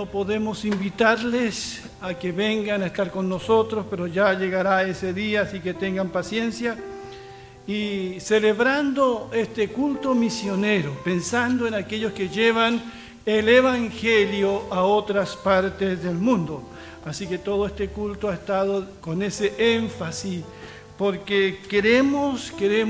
no podemos invitarles a que vengan a estar con nosotros, pero ya llegará ese día, así que tengan paciencia. Y celebrando este culto misionero, pensando en aquellos que llevan el Evangelio a otras partes del mundo. Así que todo este culto ha estado con ese énfasis, porque queremos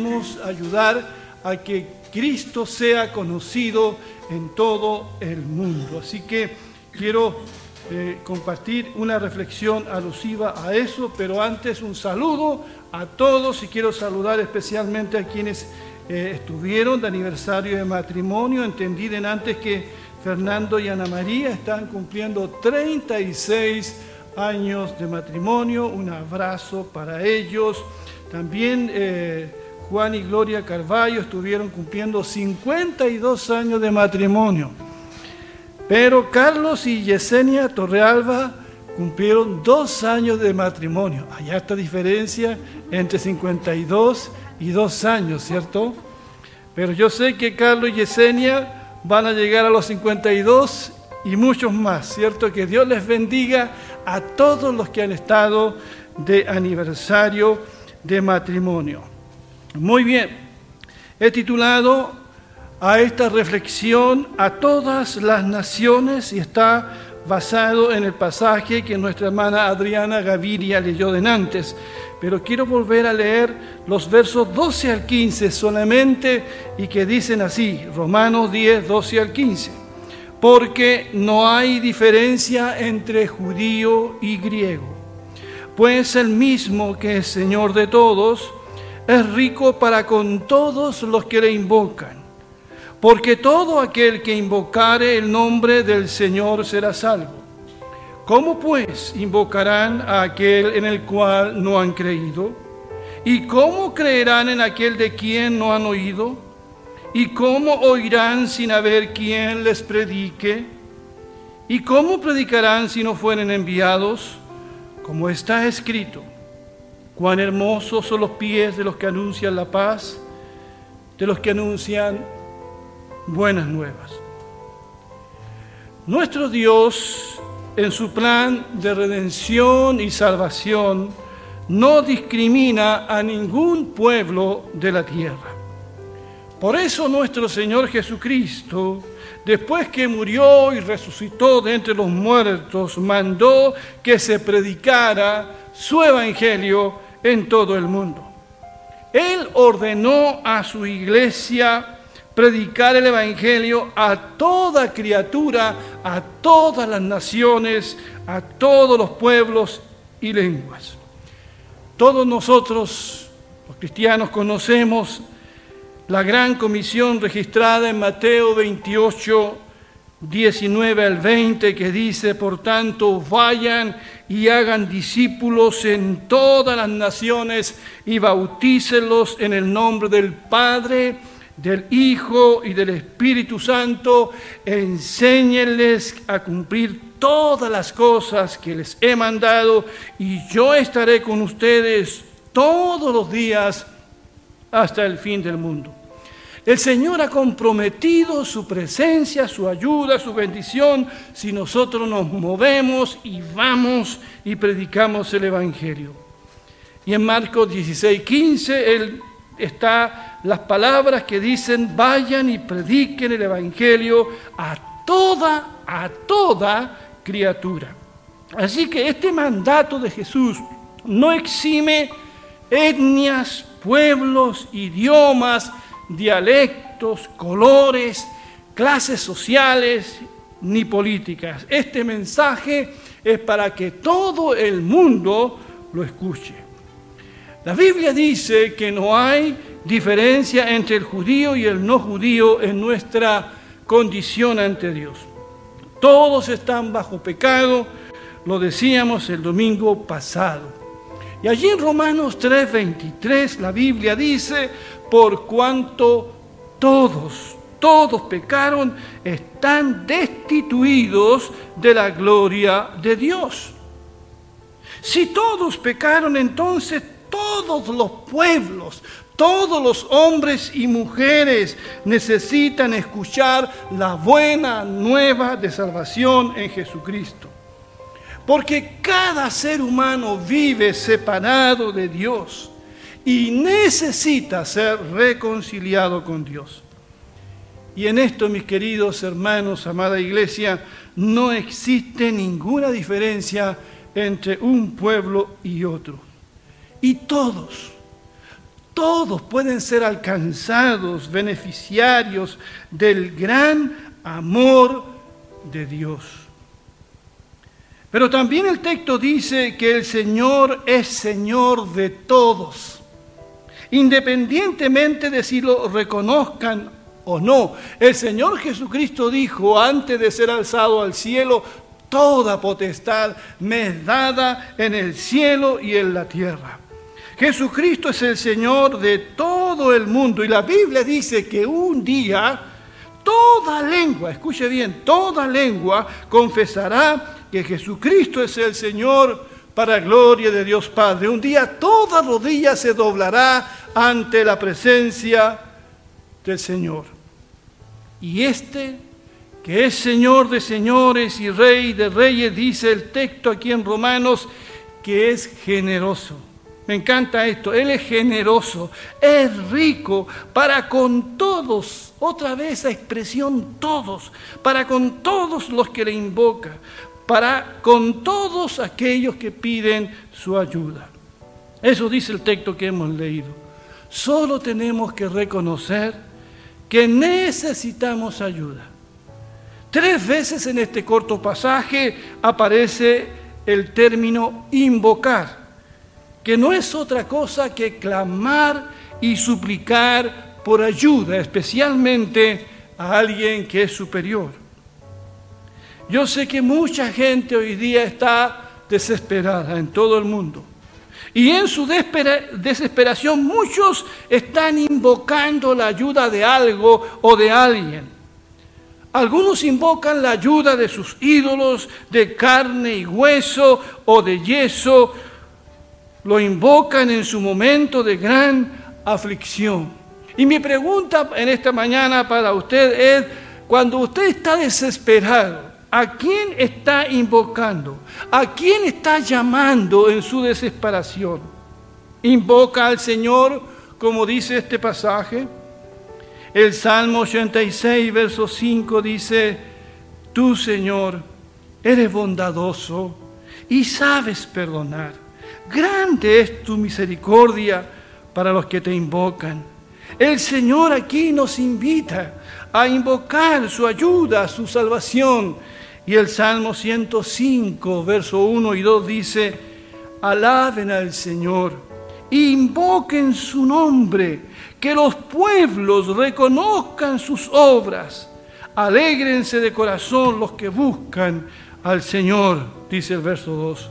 ayudar a que Cristo sea conocido en todo el mundo. Así que quiero compartir una reflexión alusiva a eso, pero antes un saludo a todos, y quiero saludar especialmente a quienes estuvieron de aniversario de matrimonio. Entendí de antes que Fernando y Ana María están cumpliendo 36 años de matrimonio. Un abrazo para ellos. También Juan y Gloria Carballo estuvieron cumpliendo 52 años de matrimonio. Pero Carlos y Yesenia Torrealba cumplieron 2 años de matrimonio. Allá está diferencia entre 52 y 2 años, ¿cierto? Pero yo sé que Carlos y Yesenia van a llegar a los 52 y muchos más, ¿cierto? Que Dios les bendiga a todos los que han estado de aniversario de matrimonio. Muy bien, he titulado a esta reflexión a todas las naciones, y está basado en el pasaje que nuestra hermana Adriana Gaviria leyó antes. Pero quiero volver a leer los versos 12 al 15 solamente, y que dicen así, Romanos 10, 12 al 15. Porque no hay diferencia entre judío y griego, pues el mismo que es Señor de todos, es rico para con todos los que le invocan. Porque todo aquel que invocare el nombre del Señor será salvo. ¿Cómo pues invocarán a aquel en el cual no han creído? ¿Y cómo creerán en aquel de quien no han oído? ¿Y cómo oirán sin haber quien les predique? ¿Y cómo predicarán si no fueren enviados? Como está escrito, cuán hermosos son los pies de los que anuncian la paz, de los que anuncian buenas nuevas. Nuestro Dios, en su plan de redención y salvación, no discrimina a ningún pueblo de la tierra. Por eso nuestro Señor Jesucristo, después que murió y resucitó de entre los muertos, mandó que se predicara su evangelio en todo el mundo. Él ordenó a su iglesia predicar el evangelio a toda criatura, a todas las naciones, a todos los pueblos y lenguas. Todos nosotros, los cristianos, conocemos la gran comisión registrada en Mateo 28, 19 al 20, que dice, por tanto, vayan y hagan discípulos en todas las naciones y bautícenlos en el nombre del Padre, del Hijo y del Espíritu Santo. Enséñenles a cumplir todas las cosas que les he mandado, y yo estaré con ustedes todos los días hasta el fin del mundo. El Señor ha comprometido su presencia, su ayuda, su bendición, si nosotros nos movemos y vamos y predicamos el Evangelio. Y en Marcos 16, 15, está las palabras que dicen, vayan y prediquen el Evangelio a toda criatura. Así que este mandato de Jesús no exime etnias, pueblos, idiomas, dialectos, colores, clases sociales ni políticas. Este mensaje es para que todo el mundo lo escuche. La Biblia dice que no hay diferencia entre el judío y el no judío en nuestra condición ante Dios. Todos están bajo pecado, lo decíamos el domingo pasado. Y allí en Romanos 3:23 la Biblia dice, por cuanto todos pecaron, están destituidos de la gloria de Dios. Si todos pecaron, entonces todos los pueblos, Todos los hombres y mujeres necesitan escuchar la buena nueva de salvación en Jesucristo. Porque cada ser humano vive separado de Dios y necesita ser reconciliado con Dios. Y en esto, mis queridos hermanos, amada iglesia, no existe ninguna diferencia entre un pueblo y otro. Y todos pueden ser alcanzados, beneficiarios del gran amor de Dios. Pero también el texto dice que el Señor es Señor de todos, independientemente de si lo reconozcan o no. El Señor Jesucristo dijo antes de ser alzado al cielo: toda potestad me es dada en el cielo y en la tierra. Jesucristo es el Señor de todo el mundo, y la Biblia dice que un día toda lengua, escuche bien, toda lengua confesará que Jesucristo es el Señor, para gloria de Dios Padre. Un día toda rodilla se doblará ante la presencia del Señor. Y que es Señor de señores y Rey de reyes, dice el texto aquí en Romanos, que es generoso. Me encanta esto. Él es generoso, es rico para con todos. Otra vez esa expresión todos, para con todos los que le invocan, para con todos aquellos que piden su ayuda. Eso dice el texto que hemos leído. Solo tenemos que reconocer que necesitamos ayuda. 3 veces en este corto pasaje aparece el término invocar, que no es otra cosa que clamar y suplicar por ayuda, especialmente a alguien que es superior. Yo sé que mucha gente hoy día está desesperada en todo el mundo. Y en su desesperación muchos están invocando la ayuda de algo o de alguien. Algunos invocan la ayuda de sus ídolos de carne y hueso o de yeso. Lo invocan en su momento de gran aflicción. Y mi pregunta en esta mañana para usted es: cuando usted está desesperado, ¿a quién está invocando? ¿A quién está llamando en su desesperación? ¿Invoca al Señor, como dice este pasaje? El Salmo 86, verso 5 dice: tú, Señor, eres bondadoso y sabes perdonar. Grande es tu misericordia para los que te invocan. El Señor aquí nos invita a invocar su ayuda, su salvación. Y el Salmo 105, verso 1 y 2 dice: alaben al Señor, invoquen su nombre, que los pueblos reconozcan sus obras. Alégrense de corazón los que buscan al Señor, dice el verso 2.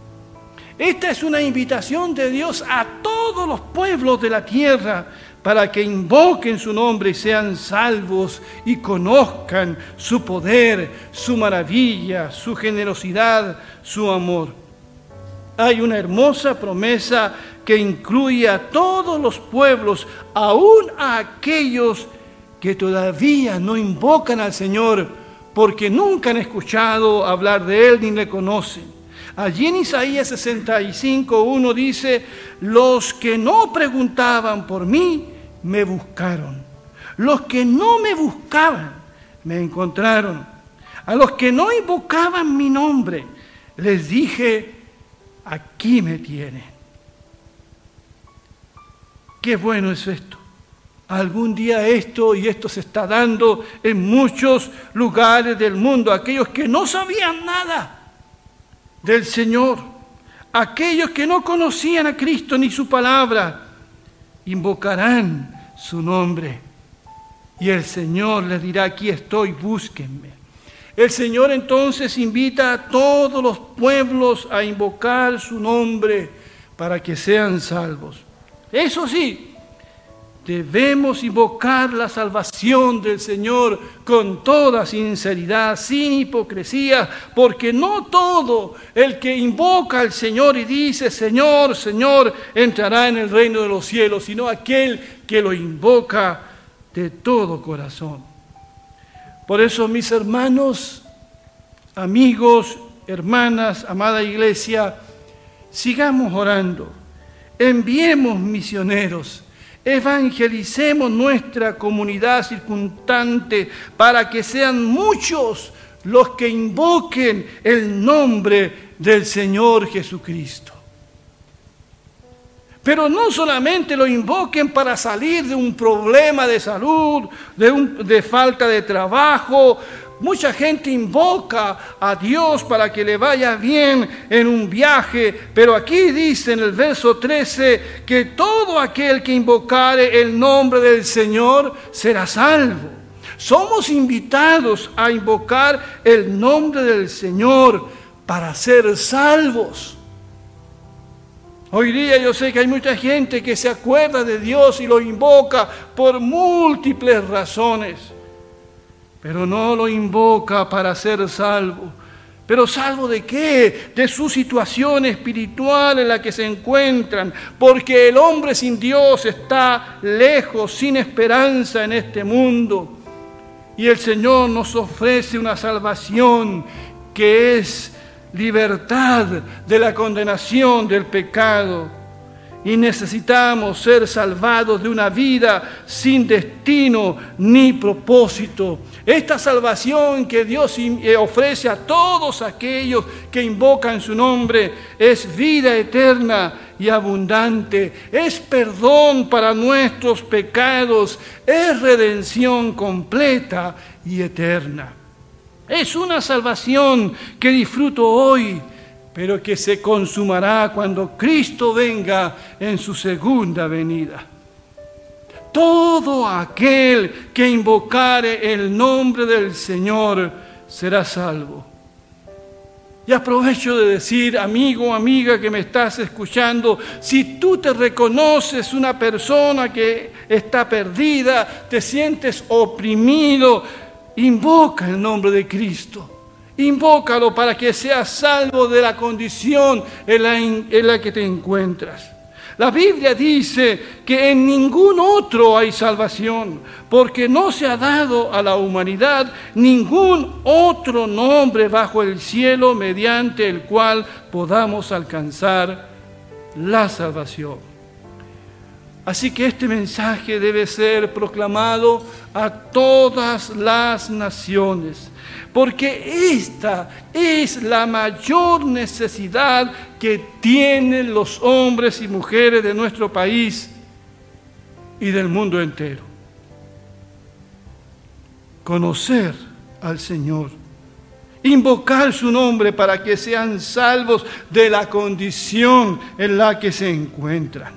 Esta es una invitación de Dios a todos los pueblos de la tierra para que invoquen su nombre y sean salvos y conozcan su poder, su maravilla, su generosidad, su amor. Hay una hermosa promesa que incluye a todos los pueblos, aún a aquellos que todavía no invocan al Señor porque nunca han escuchado hablar de Él ni le conocen. Allí en Isaías 65:1 dice: los que no preguntaban por mí, me buscaron. Los que no me buscaban, me encontraron. A los que no invocaban mi nombre, les dije: aquí me tienen. Qué bueno es esto. Algún día esto se está dando en muchos lugares del mundo. Aquellos que no sabían nada del Señor, aquellos que no conocían a Cristo ni su palabra, invocarán su nombre y el Señor les dirá: aquí estoy, búsquenme. El Señor entonces invita a todos los pueblos a invocar su nombre para que sean salvos. Eso sí, debemos invocar la salvación del Señor con toda sinceridad, sin hipocresía, porque no todo el que invoca al Señor y dice, Señor, Señor, entrará en el reino de los cielos, sino aquel que lo invoca de todo corazón. Por eso, mis hermanos, amigos, hermanas, amada iglesia, sigamos orando, enviemos misioneros, evangelicemos nuestra comunidad circundante para que sean muchos los que invoquen el nombre del Señor Jesucristo. Pero no solamente lo invoquen para salir de un problema de salud, de falta de trabajo. Mucha gente invoca a Dios para que le vaya bien en un viaje, pero aquí dice en el verso 13 que todo aquel que invocare el nombre del Señor será salvo. Somos invitados a invocar el nombre del Señor para ser salvos. Hoy día yo sé que hay mucha gente que se acuerda de Dios y lo invoca por múltiples razones, pero no lo invoca para ser salvo. ¿Pero salvo de qué? De su situación espiritual en la que se encuentran, porque el hombre sin Dios está lejos, sin esperanza en este mundo. Y el Señor nos ofrece una salvación que es libertad de la condenación del pecado. Y necesitamos ser salvados de una vida sin destino ni propósito. Esta salvación que Dios ofrece a todos aquellos que invocan su nombre es vida eterna y abundante, es perdón para nuestros pecados, es redención completa y eterna. Es una salvación que disfruto hoy, pero que se consumará cuando Cristo venga en su segunda venida. Todo aquel que invocare el nombre del Señor será salvo. Y aprovecho de decir, amigo, amiga que me estás escuchando, si tú te reconoces una persona que está perdida, te sientes oprimido, invoca el nombre de Cristo. Invócalo para que seas salvo de la condición en la que te encuentras. La Biblia dice que en ningún otro hay salvación, porque no se ha dado a la humanidad ningún otro nombre bajo el cielo mediante el cual podamos alcanzar la salvación. Así que este mensaje debe ser proclamado a todas las naciones, porque esta es la mayor necesidad que tienen los hombres y mujeres de nuestro país y del mundo entero. Conocer al Señor, invocar su nombre para que sean salvos de la condición en la que se encuentran.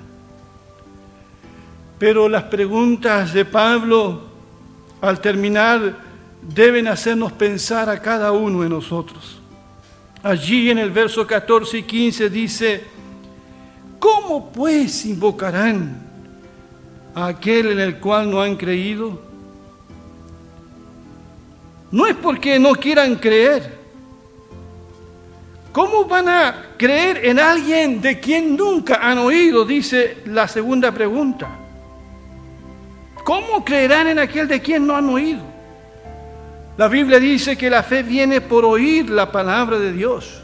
Pero las preguntas de Pablo, al terminar, deben hacernos pensar a cada uno de nosotros. Allí en el verso 14 y 15 dice: ¿cómo pues invocarán a aquel en el cual no han creído? No es porque no quieran creer. ¿Cómo van a creer en alguien de quien nunca han oído? Dice la segunda pregunta. ¿Cómo creerán en aquel de quien no han oído? La Biblia dice que la fe viene por oír la palabra de Dios.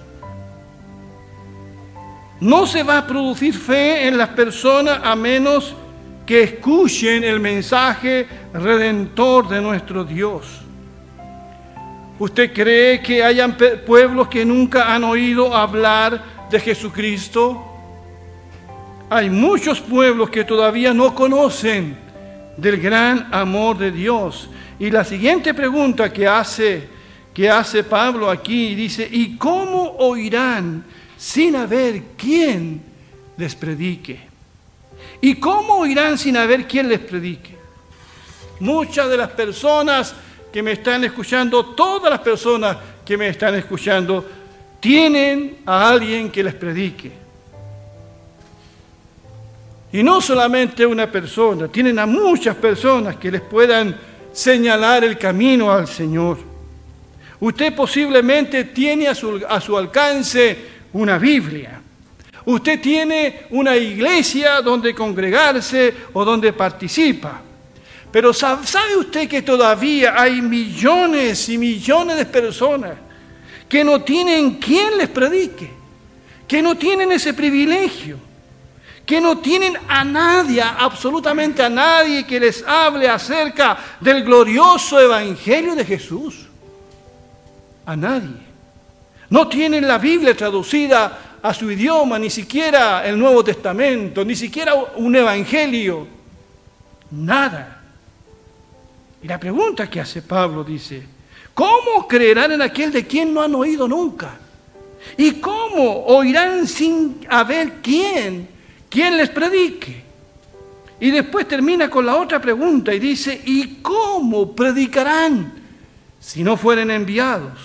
No se va a producir fe en las personas a menos que escuchen el mensaje redentor de nuestro Dios. ¿Usted cree que hayan pueblos que nunca han oído hablar de Jesucristo? Hay muchos pueblos que todavía no conocen del gran amor de Dios. Y la siguiente pregunta que hace Pablo aquí dice: ¿y cómo oirán sin haber quien les predique? ¿Y cómo oirán sin haber quien les predique? Muchas de las personas que me están escuchando, todas las personas que me están escuchando, tienen a alguien que les predique. Y no solamente una persona, tienen a muchas personas que les puedan señalar el camino al Señor. Usted posiblemente tiene a su alcance una Biblia. Usted tiene una iglesia donde congregarse o donde participa. Pero ¿sabe usted que todavía hay millones y millones de personas que no tienen quien les predique, que no tienen ese privilegio, que no tienen a nadie, absolutamente a nadie que les hable acerca del glorioso evangelio de Jesús? A nadie. No tienen la Biblia traducida a su idioma, ni siquiera el Nuevo Testamento, ni siquiera un evangelio. Nada. Y la pregunta que hace Pablo dice, ¿cómo creerán en aquel de quien no han oído nunca? ¿Y cómo oirán sin haber quien les predique? Y después termina con la otra pregunta y dice, ¿y cómo predicarán si no fueren enviados?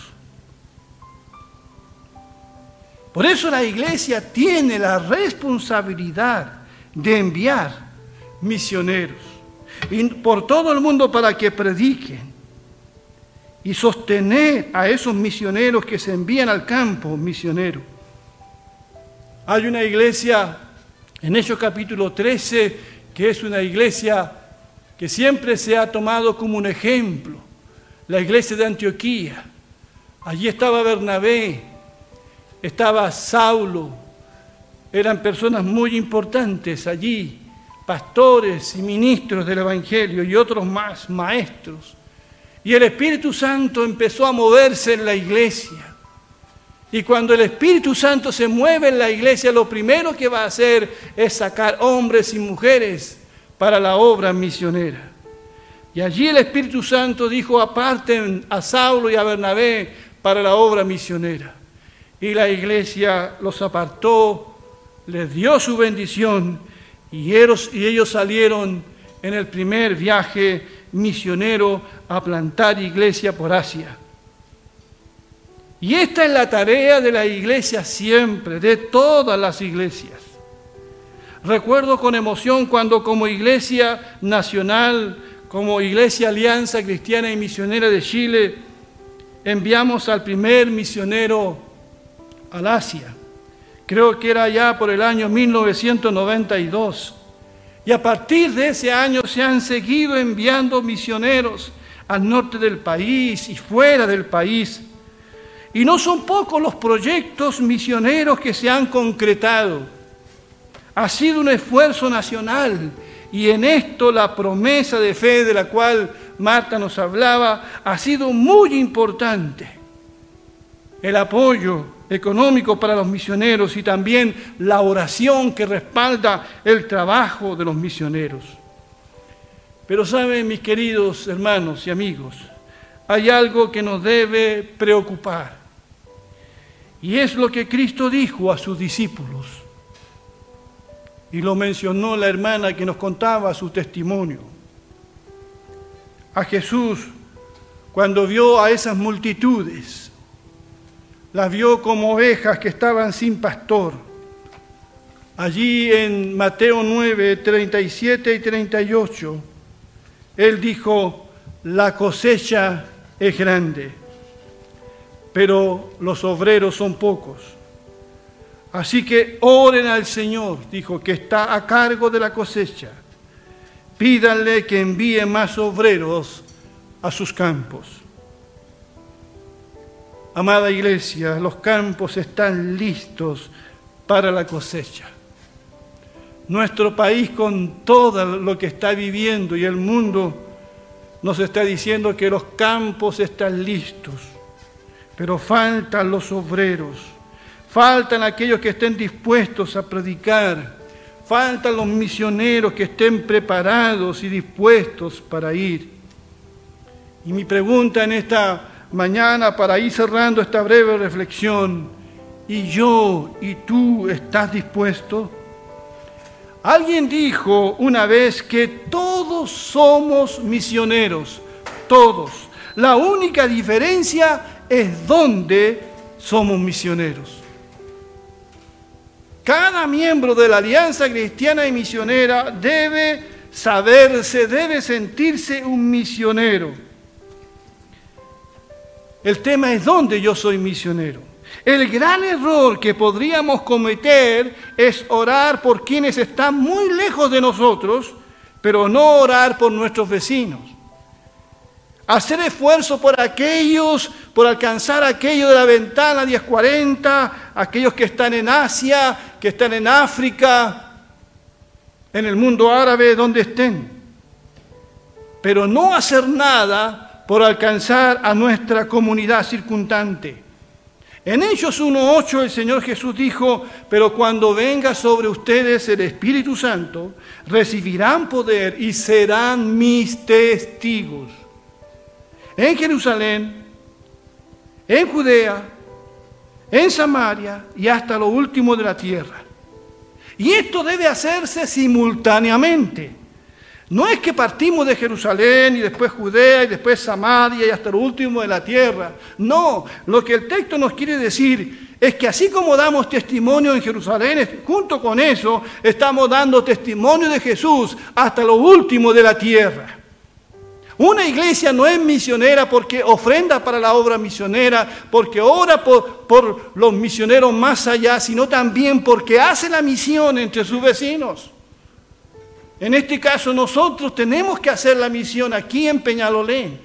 Por eso la iglesia tiene la responsabilidad de enviar misioneros y por todo el mundo para que prediquen y sostener a esos misioneros que se envían al campo misionero. Hay una iglesia en Hechos capítulo 13 que es una iglesia que siempre se ha tomado como un ejemplo, la iglesia de Antioquía. Allí estaba Bernabé, estaba Saulo, eran personas muy importantes allí, pastores y ministros del Evangelio y otros más, maestros. Y el Espíritu Santo empezó a moverse en la iglesia. Y cuando el Espíritu Santo se mueve en la iglesia, lo primero que va a hacer es sacar hombres y mujeres para la obra misionera. Y allí el Espíritu Santo dijo, aparten a Saulo y a Bernabé para la obra misionera. Y la iglesia los apartó, les dio su bendición y ellos salieron en el primer viaje misionero a plantar iglesia por Asia. Y esta es la tarea de la iglesia siempre, de todas las iglesias. Recuerdo con emoción cuando como Iglesia Nacional, como Iglesia Alianza Cristiana y Misionera de Chile, enviamos al primer misionero al Asia. Creo que era ya por el año 1992. Y a partir de ese año se han seguido enviando misioneros al norte del país y fuera del país. Y no son pocos los proyectos misioneros que se han concretado. Ha sido un esfuerzo nacional y en esto la promesa de fe de la cual Marta nos hablaba ha sido muy importante. El apoyo económico para los misioneros y también la oración que respalda el trabajo de los misioneros. Pero saben, mis queridos hermanos y amigos, hay algo que nos debe preocupar. Y es lo que Cristo dijo a sus discípulos. Y lo mencionó la hermana que nos contaba su testimonio. A Jesús, cuando vio a esas multitudes, las vio como ovejas que estaban sin pastor. Allí en Mateo 9, 37 y 38, Él dijo, la cosecha es grande, pero los obreros son pocos. Así que oren al Señor, dijo, que está a cargo de la cosecha. Pídanle que envíe más obreros a sus campos. Amada iglesia, los campos están listos para la cosecha. Nuestro país, con todo lo que está viviendo y el mundo, nos está diciendo que los campos están listos, pero faltan los obreros, faltan aquellos que estén dispuestos a predicar, faltan los misioneros que estén preparados y dispuestos para ir. Y mi pregunta en esta mañana, para ir cerrando esta breve reflexión, ¿y yo y tú estás dispuesto? Alguien dijo una vez que todos somos misioneros, todos. La única diferencia es dónde somos misioneros. Cada miembro de la Alianza Cristiana y Misionera debe saberse, debe sentirse un misionero. El tema es dónde yo soy misionero. El gran error que podríamos cometer es orar por quienes están muy lejos de nosotros, pero no orar por nuestros vecinos. Hacer esfuerzo por aquellos, por alcanzar aquello de la ventana 1040, aquellos que están en Asia, que están en África, en el mundo árabe, donde estén. Pero no hacer nada por alcanzar a nuestra comunidad circundante. En Hechos 1:8 el Señor Jesús dijo: pero cuando venga sobre ustedes el Espíritu Santo, recibirán poder y serán mis testigos. En Jerusalén, en Judea, en Samaria y hasta lo último de la tierra. Y esto debe hacerse simultáneamente. No es que partimos de Jerusalén y después Judea y después Samaria y hasta lo último de la tierra. No, lo que el texto nos quiere decir es que así como damos testimonio en Jerusalén, junto con eso estamos dando testimonio de Jesús hasta lo último de la tierra. Una iglesia no es misionera porque ofrenda para la obra misionera, porque ora por los misioneros más allá, sino también porque hace la misión entre sus vecinos. En este caso nosotros tenemos que hacer la misión aquí en Peñalolén,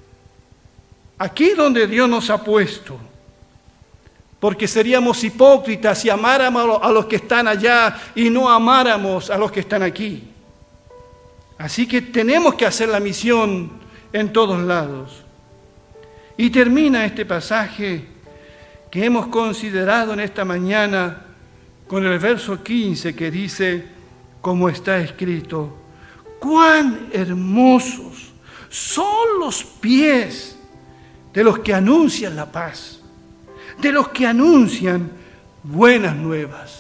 aquí donde Dios nos ha puesto, porque seríamos hipócritas si amáramos a los que están allá y no amáramos a los que están aquí. Así que tenemos que hacer la misión en todos lados. Y termina este pasaje que hemos considerado en esta mañana con el verso 15 que dice, como está escrito: cuán hermosos son los pies de los que anuncian la paz, de los que anuncian buenas nuevas.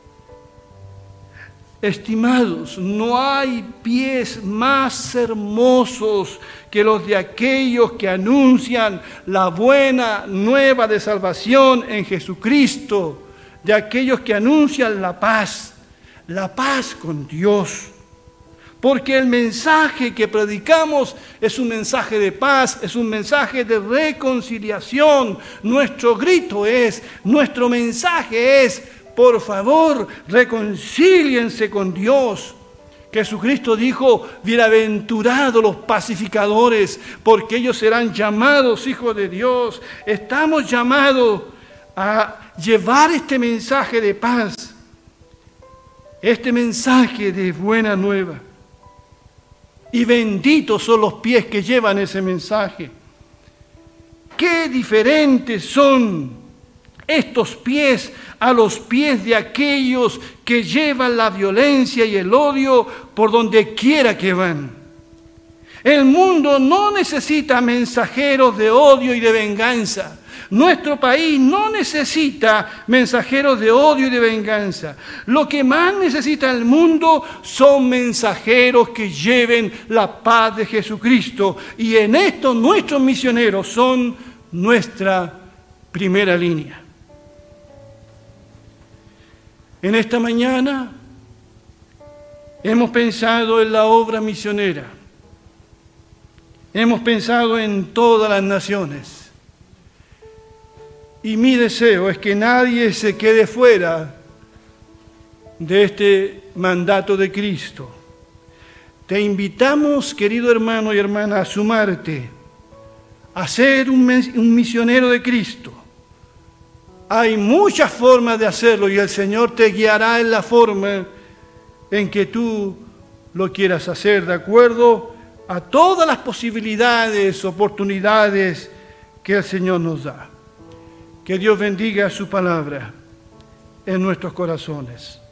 Estimados, no hay pies más hermosos que los de aquellos que anuncian la buena nueva de salvación en Jesucristo, de aquellos que anuncian la paz con Dios. Porque el mensaje que predicamos es un mensaje de paz, es un mensaje de reconciliación. Nuestro grito es, nuestro mensaje es: por favor, reconcíliense con Dios. Jesucristo dijo: bienaventurados los pacificadores, porque ellos serán llamados hijos de Dios. Estamos llamados a llevar este mensaje de paz, este mensaje de buena nueva. Y benditos son los pies que llevan ese mensaje. Qué diferentes son estos pies a los pies de aquellos que llevan la violencia y el odio por donde quiera que van. El mundo no necesita mensajeros de odio y de venganza. Nuestro país no necesita mensajeros de odio y de venganza. Lo que más necesita el mundo son mensajeros que lleven la paz de Jesucristo. Y en esto nuestros misioneros son nuestra primera línea. En esta mañana hemos pensado en la obra misionera. Hemos pensado en todas las naciones. Y mi deseo es que nadie se quede fuera de este mandato de Cristo. Te invitamos, querido hermano y hermana, a sumarte, a ser un misionero de Cristo. Hay muchas formas de hacerlo y el Señor te guiará en la forma en que tú lo quieras hacer, de acuerdo a todas las posibilidades, oportunidades que el Señor nos da. Que Dios bendiga su palabra en nuestros corazones.